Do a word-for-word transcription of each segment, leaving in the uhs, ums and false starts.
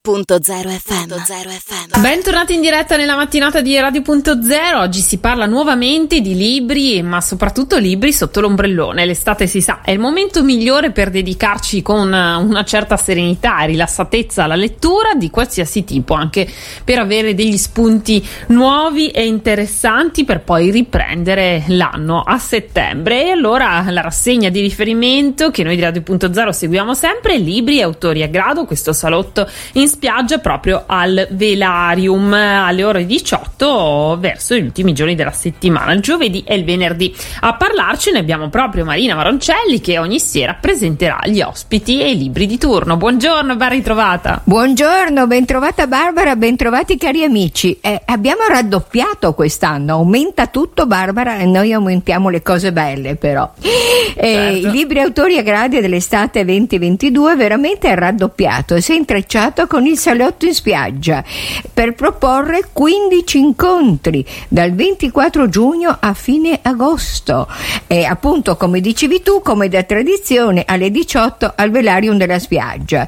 Punto zero F M. Bentornati in diretta nella mattinata di Radio Punto Zero. Oggi si parla nuovamente di libri, ma soprattutto libri sotto l'ombrellone. L'estate, si sa, è il momento migliore per dedicarci con una certa serenità e rilassatezza alla lettura di qualsiasi tipo, anche per avere degli spunti nuovi e interessanti per poi riprendere l'anno a settembre. E allora la rassegna di riferimento che noi di Radio Punto Zero seguiamo sempre: libri e autori a grado, questo salotto in spiaggia proprio al Velarium alle ore diciotto verso gli ultimi giorni della settimana, il giovedì e il venerdì. A parlarcene abbiamo proprio Marina Maroncelli, che ogni sera presenterà gli ospiti e i libri di turno. Buongiorno, ben ritrovata. Buongiorno, ben trovata Barbara, ben trovati cari amici. Eh, abbiamo raddoppiato quest'anno, aumenta tutto Barbara e noi aumentiamo le cose belle però. Eh, certo. I libri autori a gradi dell'estate venti ventidue veramente è raddoppiato e si è intrecciato con il salotto in spiaggia per proporre quindici incontri dal ventiquattro giugno a fine agosto, e appunto, come dicevi tu, come da tradizione, alle diciotto al Velarium della spiaggia.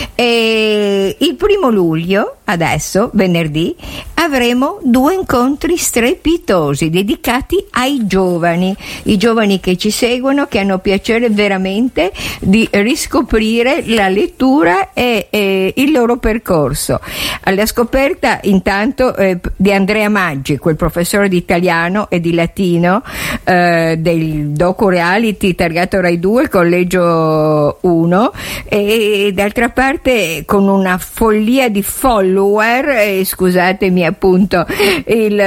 E il primo luglio, adesso venerdì, avremo due incontri strepitosi dedicati ai giovani, i giovani che ci seguono, che hanno piacere veramente di riscoprire la lettura e, e il loro percorso. Alla scoperta intanto eh, di Andrea Maggi, quel professore di italiano e di latino eh, del docu reality targato Rai due, Collegio uno, e d'altra parte con una follia di follower, eh, scusatemi appunto il,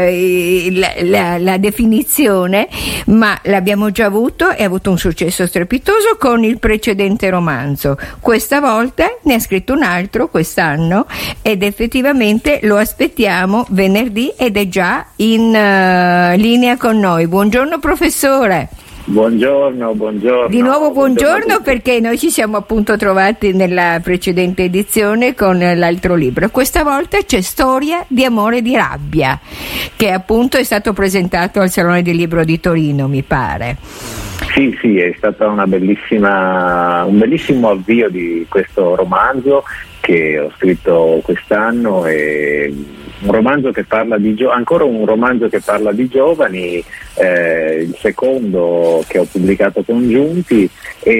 il, la, la, la definizione, ma l'abbiamo già avuto e ha avuto un successo strepitoso con il precedente romanzo. Questa volta ne ha scritto un altro quest'anno ed effettivamente lo aspettiamo venerdì ed è già in uh, linea con noi. Buongiorno professore. Buongiorno, buongiorno. Di nuovo buongiorno, buongiorno perché noi ci siamo appunto trovati nella precedente edizione con l'altro libro. Questa volta c'è Storia di amore e di rabbia, che appunto è stato presentato al Salone del Libro di Torino, mi pare. Sì, sì, è stato una bellissima, un bellissimo avvio di questo romanzo che ho scritto quest'anno, e un romanzo che parla di gio- ancora un romanzo che parla di giovani, eh, il secondo che ho pubblicato con Giunti,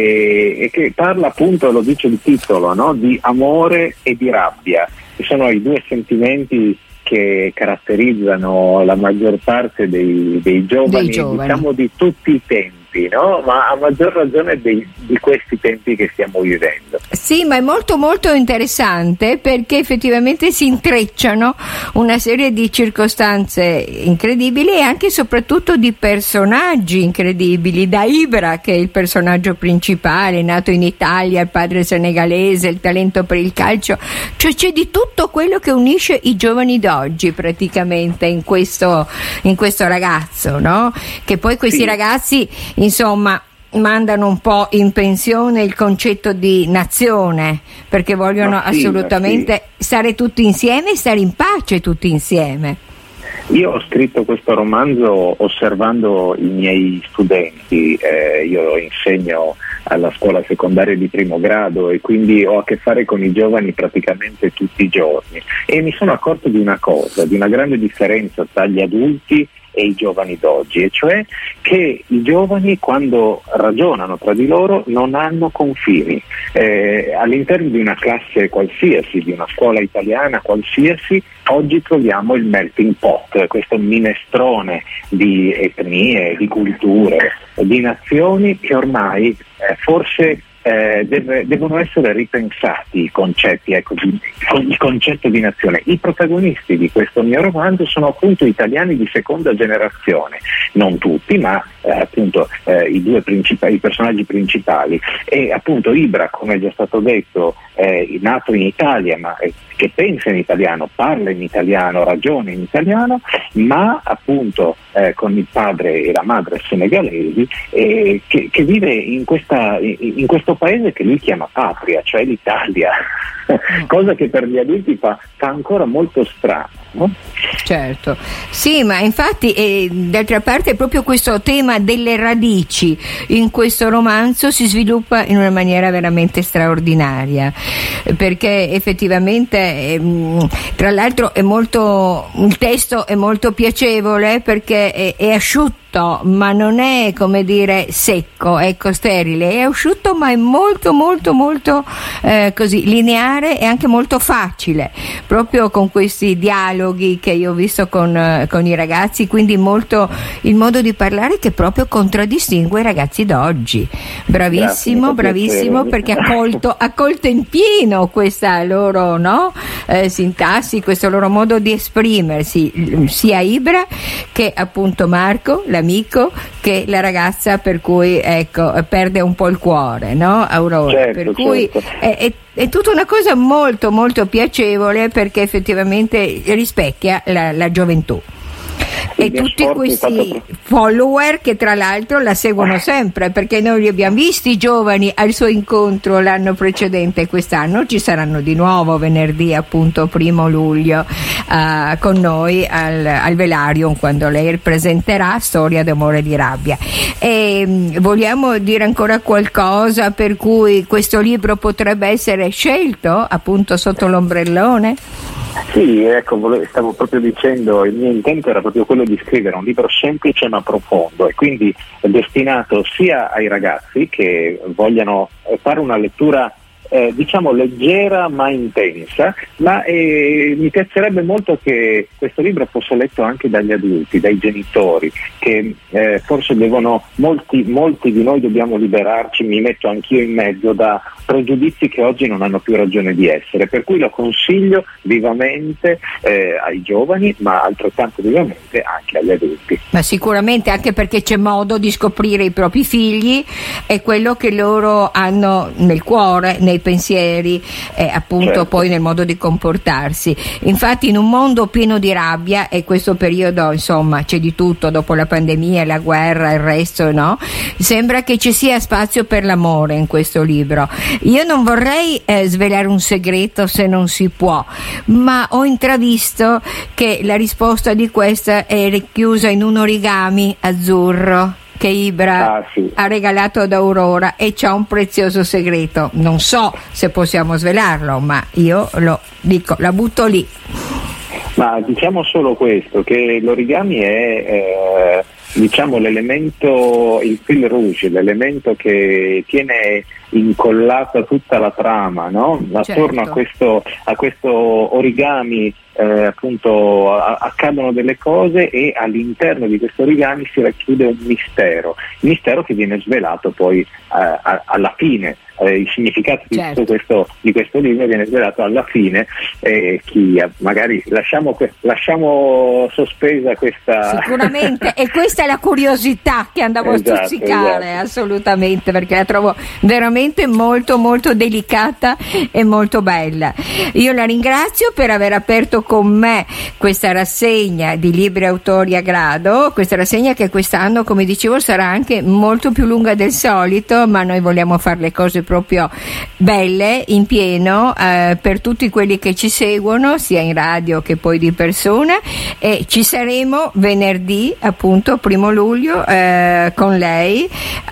e, e che parla appunto, lo dice il titolo, no? Di amore e di rabbia, che sono i due sentimenti che caratterizzano la maggior parte dei, dei, giovani, dei giovani, diciamo di tutti i tempi, no? Ma a maggior ragione dei, di questi tempi che stiamo vivendo. Sì, ma è molto molto interessante perché effettivamente si intrecciano una serie di circostanze incredibili e anche e soprattutto di personaggi incredibili, da Ibra, che è il personaggio principale, nato in Italia, il padre senegalese, il talento per il calcio, cioè c'è di tutto quello che unisce i giovani d'oggi praticamente in questo, in questo ragazzo, no? Che poi questi sì. ragazzi insomma mandano un po' in pensione il concetto di nazione, perché vogliono ma sì, assolutamente sì. stare tutti insieme e stare in pace tutti insieme. Io ho scritto questo romanzo osservando i miei studenti, eh, io insegno alla scuola secondaria di primo grado e quindi ho a che fare con i giovani praticamente tutti i giorni, e mi sono accorto di una cosa, di una grande differenza tra gli adulti e i giovani d'oggi, e cioè che i giovani, quando ragionano tra di loro, non hanno confini. Eh, all'interno di una classe qualsiasi, di una scuola italiana qualsiasi, oggi troviamo il melting pot, questo minestrone di etnie, di culture, di nazioni che ormai eh, forse Eh, deve, devono essere ripensati i concetti, ecco, di, il concetto di nazione. I protagonisti di questo mio romanzo sono appunto italiani di seconda generazione, non tutti, ma eh, appunto eh, i due principali, i personaggi principali, e appunto Ibra, come è già stato detto, è nato in Italia, ma è, che pensa in italiano, parla in italiano, ragiona in italiano, ma appunto eh, con il padre e la madre senegalesi, eh, che, che vive in, questa, in questo paese che lui chiama patria, cioè l'Italia, cosa che per gli adulti fa, fa ancora molto strano. no? Certo, sì, ma infatti eh, d'altra parte proprio questo tema delle radici in questo romanzo si sviluppa in una maniera veramente straordinaria, perché effettivamente eh, tra l'altro è molto, il testo è molto piacevole perché è, è asciutto, ma non è, come dire, secco, ecco, sterile, è asciutto ma è molto molto molto eh, così lineare e anche molto facile, proprio con questi dialoghi che io ho visto con, eh, con i ragazzi, quindi molto il modo di parlare che proprio contraddistingue i ragazzi d'oggi. Bravissimo, Grazie, bravissimo, perché ha colto, ha colto in pieno questa loro, no, eh, sintassi, questo loro modo di esprimersi, sia Ibra che appunto Marco, l'amico, che la ragazza per cui, ecco, perde un po' il cuore, no, Aurora? Certo, per cui certo. è, è È tutta una cosa molto molto piacevole, perché effettivamente rispecchia la, la gioventù. E tutti questi follower che tra l'altro la seguono sempre, perché noi li abbiamo visti giovani al suo incontro l'anno precedente e quest'anno ci saranno di nuovo venerdì, appunto primo luglio, uh, con noi al, al Velarium, quando lei presenterà Storia d'amore e di rabbia. E um, vogliamo dire ancora qualcosa per cui questo libro potrebbe essere scelto appunto sotto l'ombrellone? Sì, ecco, stavo proprio dicendo, il mio intento era proprio quello di scrivere un libro semplice ma profondo, e quindi destinato sia ai ragazzi che vogliano fare una lettura Eh, diciamo leggera ma intensa, ma eh, mi piacerebbe molto che questo libro fosse letto anche dagli adulti, dai genitori, che eh, forse devono, molti, molti di noi dobbiamo liberarci, mi metto anch'io in mezzo, da pregiudizi che oggi non hanno più ragione di essere, per cui lo consiglio vivamente eh, ai giovani, ma altrettanto vivamente anche agli adulti. Ma sicuramente, anche perché c'è modo di scoprire i propri figli e quello che loro hanno nel cuore, nei pensieri e appunto certo. Poi nel modo di comportarsi. Infatti in un mondo pieno di rabbia, e questo periodo insomma c'è di tutto dopo la pandemia, la guerra, il resto, no? Sembra che ci sia spazio per l'amore in questo libro. Io non vorrei eh, svelare un segreto se non si può, ma ho intravisto che la risposta di questa è richiusa in un origami azzurro che Ibra ah, sì. ha regalato ad Aurora, e c'ha un prezioso segreto. Non so se possiamo svelarlo, ma io lo dico, la butto lì. Ma diciamo solo questo, che l'origami è eh, diciamo l'elemento, il fil rouge, l'elemento che tiene incollata tutta la trama, no? Attorno certo. a questo a questo origami eh, appunto a, accadono delle cose, e all'interno di questo origami si racchiude un mistero, il mistero che viene svelato poi eh, a, alla fine. Eh, il significato di, certo. tutto questo, di questo libro viene svelato alla fine, e chi magari lasciamo, lasciamo sospesa questa sicuramente e questa è la curiosità che andavo esatto, a stuzzicare esatto. assolutamente, perché la trovo veramente molto molto delicata e molto bella. Io la ringrazio per aver aperto con me questa rassegna di libri autori a grado, questa rassegna che quest'anno, come dicevo, sarà anche molto più lunga del solito, ma noi vogliamo fare le cose proprio belle, in pieno, eh, per tutti quelli che ci seguono sia in radio che poi di persona, e ci saremo venerdì appunto primo luglio eh, con lei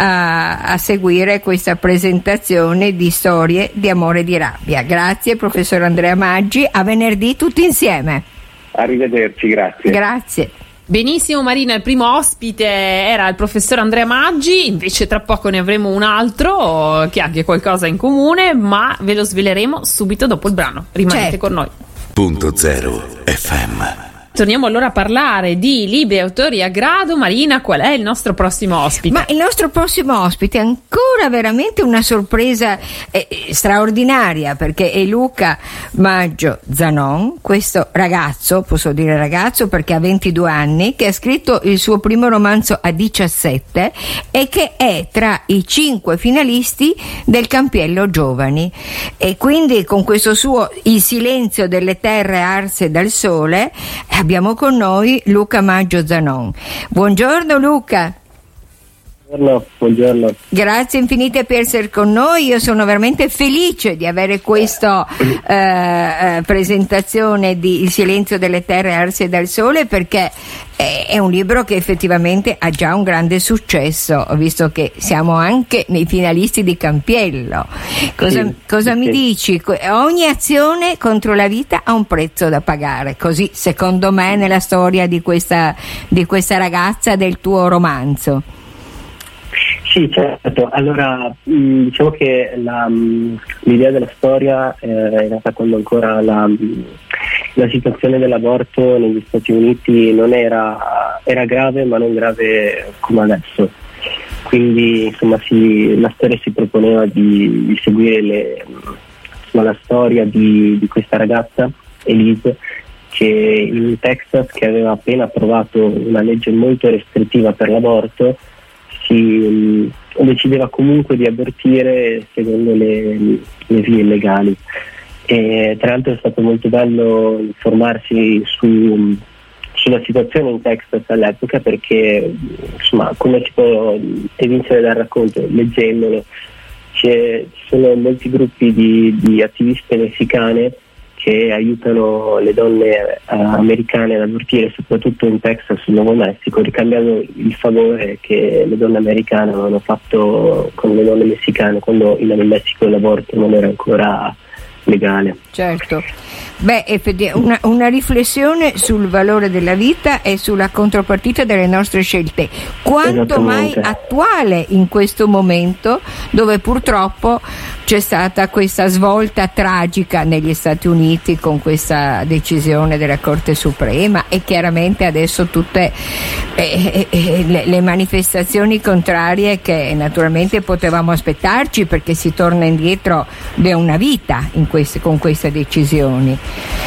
a, a seguire questa presentazione di Storie di amore e di rabbia. Grazie professor Andrea Maggi, a venerdì tutti insieme. Arrivederci, grazie. Grazie. Benissimo Marina, il primo ospite era il professor Andrea Maggi, invece tra poco ne avremo un altro che ha anche qualcosa in comune, ma ve lo sveleremo subito dopo il brano. Rimanete certo. con noi. Punto zero F M. Torniamo allora a parlare di libri e autori a grado. Marina, qual è il nostro prossimo ospite? Ma il nostro prossimo ospite è ancora veramente una sorpresa eh, straordinaria, perché è Luca Maggio Zanon, questo ragazzo, posso dire ragazzo perché ha ventidue anni, che ha scritto il suo primo romanzo a diciassette e che è tra i cinque finalisti del Campiello Giovani, e quindi con questo suo Il silenzio delle terre arse dal sole abbiamo con noi Luca Maggio Zanon. Buongiorno Luca. Buongiorno, buongiorno. Grazie infinite per essere con noi. Io sono veramente felice di avere questa eh, presentazione di Il silenzio delle terre arse dal sole, perché è, è un libro che effettivamente ha già un grande successo, visto che siamo anche nei finalisti di Campiello. Cosa, sì, cosa sì. mi dici? Ogni azione contro la vita ha un prezzo da pagare, così secondo me nella storia di questa, di questa ragazza del tuo romanzo. Sì, certo. Allora, mh, diciamo che la, mh, l'idea della storia eh, è nata quando ancora la, mh, la situazione dell'aborto negli Stati Uniti non era, era grave, ma non grave come adesso. Quindi, insomma, si, la storia si proponeva di, di seguire le, insomma, la storia di, di questa ragazza, Elise, che in Texas, che aveva appena approvato una legge molto restrittiva per l'aborto, si um, decideva comunque di abortire secondo le, le vie legali. E tra l'altro è stato molto bello informarsi su, sulla situazione in Texas all'epoca, perché insomma, come si può evincere dal racconto leggendolo, ci sono molti gruppi di, di attiviste messicane che aiutano le donne eh, americane ad abortire, soprattutto in Texas e Nuovo Messico, ricambiando il favore che le donne americane avevano fatto con le donne messicane quando in Messico l'aborto non era ancora legale. Certo. Beh, una, una riflessione sul valore della vita e sulla contropartita delle nostre scelte, quanto mai attuale in questo momento, dove purtroppo c'è stata questa svolta tragica negli Stati Uniti con questa decisione della Corte Suprema, e chiaramente adesso tutte eh, eh, le, le manifestazioni contrarie che naturalmente potevamo aspettarci, perché si torna indietro da una vita in queste, con queste decisioni.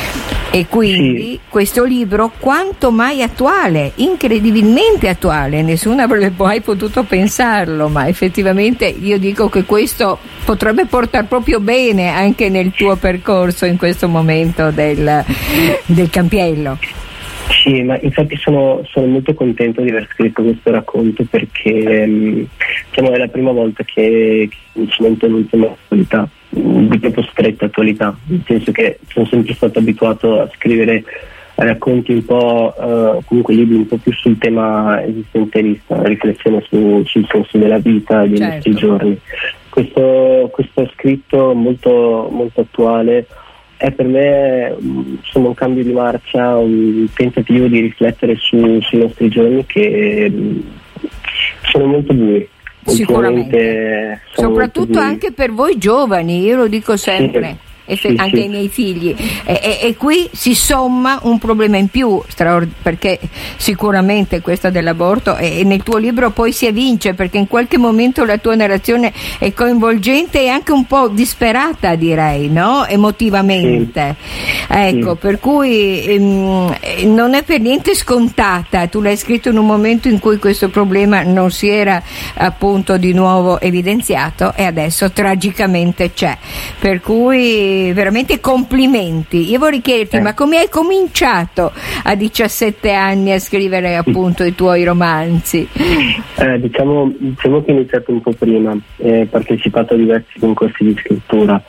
E quindi sì. Questo libro quanto mai attuale, incredibilmente attuale, nessuno avrebbe mai potuto pensarlo, ma effettivamente io dico che questo potrebbe portare proprio bene anche nel tuo percorso in questo momento del, del Campiello. Sì, ma infatti sono, sono molto contento di aver scritto questo racconto, perché diciamo, è la prima volta che, che mi cimento in un tema di attualità, di proprio stretta attualità, nel senso che sono sempre stato abituato a scrivere racconti un po', uh, comunque libri un po' più sul tema esistenzialista, una riflessione su, sul senso della vita e dei certo. nostri giorni. Questo, questo scritto molto, molto attuale è per me insomma, un cambio di marcia, un tentativo di riflettere su, sui nostri giorni che sono molto bui. Sicuramente, soprattutto anche per voi giovani, io lo dico sempre. Sì. Sì, anche sì. ai miei figli e, e, e qui si somma un problema in più, perché sicuramente questa dell'aborto, e, e nel tuo libro poi si evince, perché in qualche momento la tua narrazione è coinvolgente e anche un po' disperata, direi, no? Emotivamente sì. ecco sì. Per cui ehm, non è per niente scontata. Tu l'hai scritto in un momento in cui questo problema non si era appunto di nuovo evidenziato, e adesso tragicamente c'è, per cui veramente complimenti. Io vorrei chiederti, eh. ma come hai cominciato a diciassette anni a scrivere appunto i tuoi romanzi? Eh, diciamo, diciamo che ho iniziato un po' prima, ho partecipato a diversi concorsi di scrittura,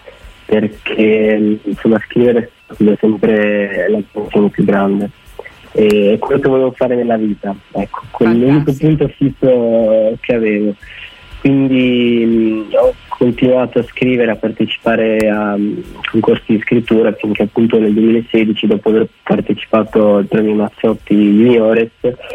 perché insomma scrivere è sempre la passione più grande, e è quello che volevo fare nella vita, ecco, quell'unico punto fisso che avevo. Quindi mh, ho continuato a scrivere, a partecipare a um, concorsi di scrittura, finché appunto nel duemilasedici, dopo aver partecipato al premio Mazzotti Juniores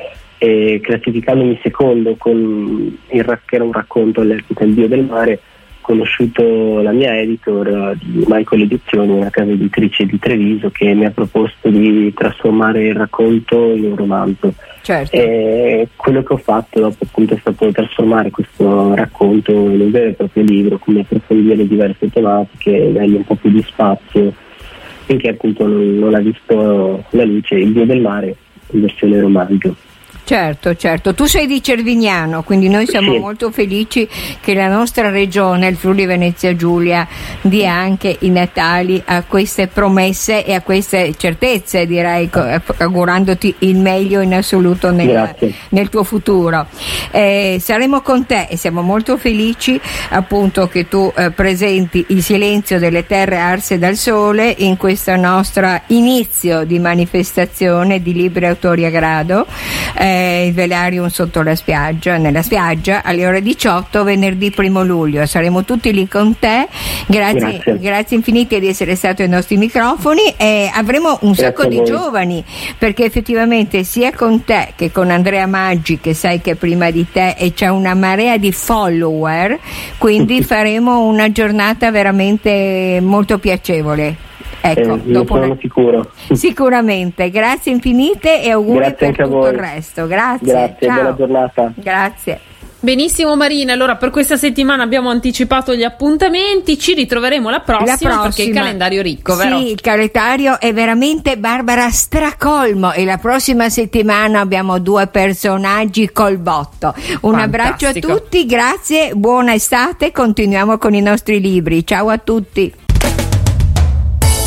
e classificandomi secondo con il, che era un racconto all'epoca, Il Dio del mare, ho conosciuto la mia editor di Michael Edizioni, una casa editrice di Treviso, che mi ha proposto di trasformare il racconto in un romanzo. Certo. E quello che ho fatto dopo appunto è stato trasformare questo racconto in un vero e proprio libro, quindi approfondire diverse tematiche, dargli un po' più di spazio, finché appunto non, non ha visto la luce Il Dio del mare in versione romanzo. Certo, certo. Tu sei di Cervignano, quindi noi siamo Sì. molto felici che la nostra regione, il Friuli Venezia Giulia, dia anche i Natali a queste promesse e a queste certezze, direi, co- augurandoti il meglio in assoluto nel, Grazie. nel tuo futuro. Eh, saremo con te e siamo molto felici appunto che tu eh, presenti il silenzio delle terre arse dal sole in questo nostro inizio di manifestazione di libri autori a grado. Eh, il Velarium sotto la spiaggia, nella spiaggia alle ore diciotto venerdì primo luglio. Saremo tutti lì con te. Grazie, Grazie. grazie infinite di essere stato ai nostri microfoni e avremo un Grazie sacco a di voi. giovani, perché effettivamente sia con te che con Andrea Maggi, che sai che è prima di te e c'è una marea di follower, quindi faremo una giornata veramente molto piacevole. Ecco, Eh, ne dopo sono sicuro. sicuramente. Grazie infinite e auguri Grazie per anche a tutto voi. il resto. Grazie. Grazie, Ciao. buona giornata. Grazie. Benissimo Marina, allora per questa settimana abbiamo anticipato gli appuntamenti, ci ritroveremo la prossima, La prossima. perché il calendario è ricco, vero? Sì, il calendario è veramente, Barbara, stracolmo e la prossima settimana abbiamo due personaggi col botto. Un abbraccio a Fantastico. tutti, grazie, buona estate, continuiamo con i nostri libri. Ciao a tutti.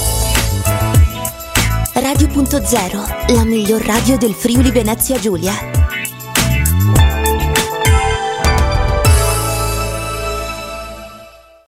Radio punto zero, la miglior radio del Friuli Venezia Giulia.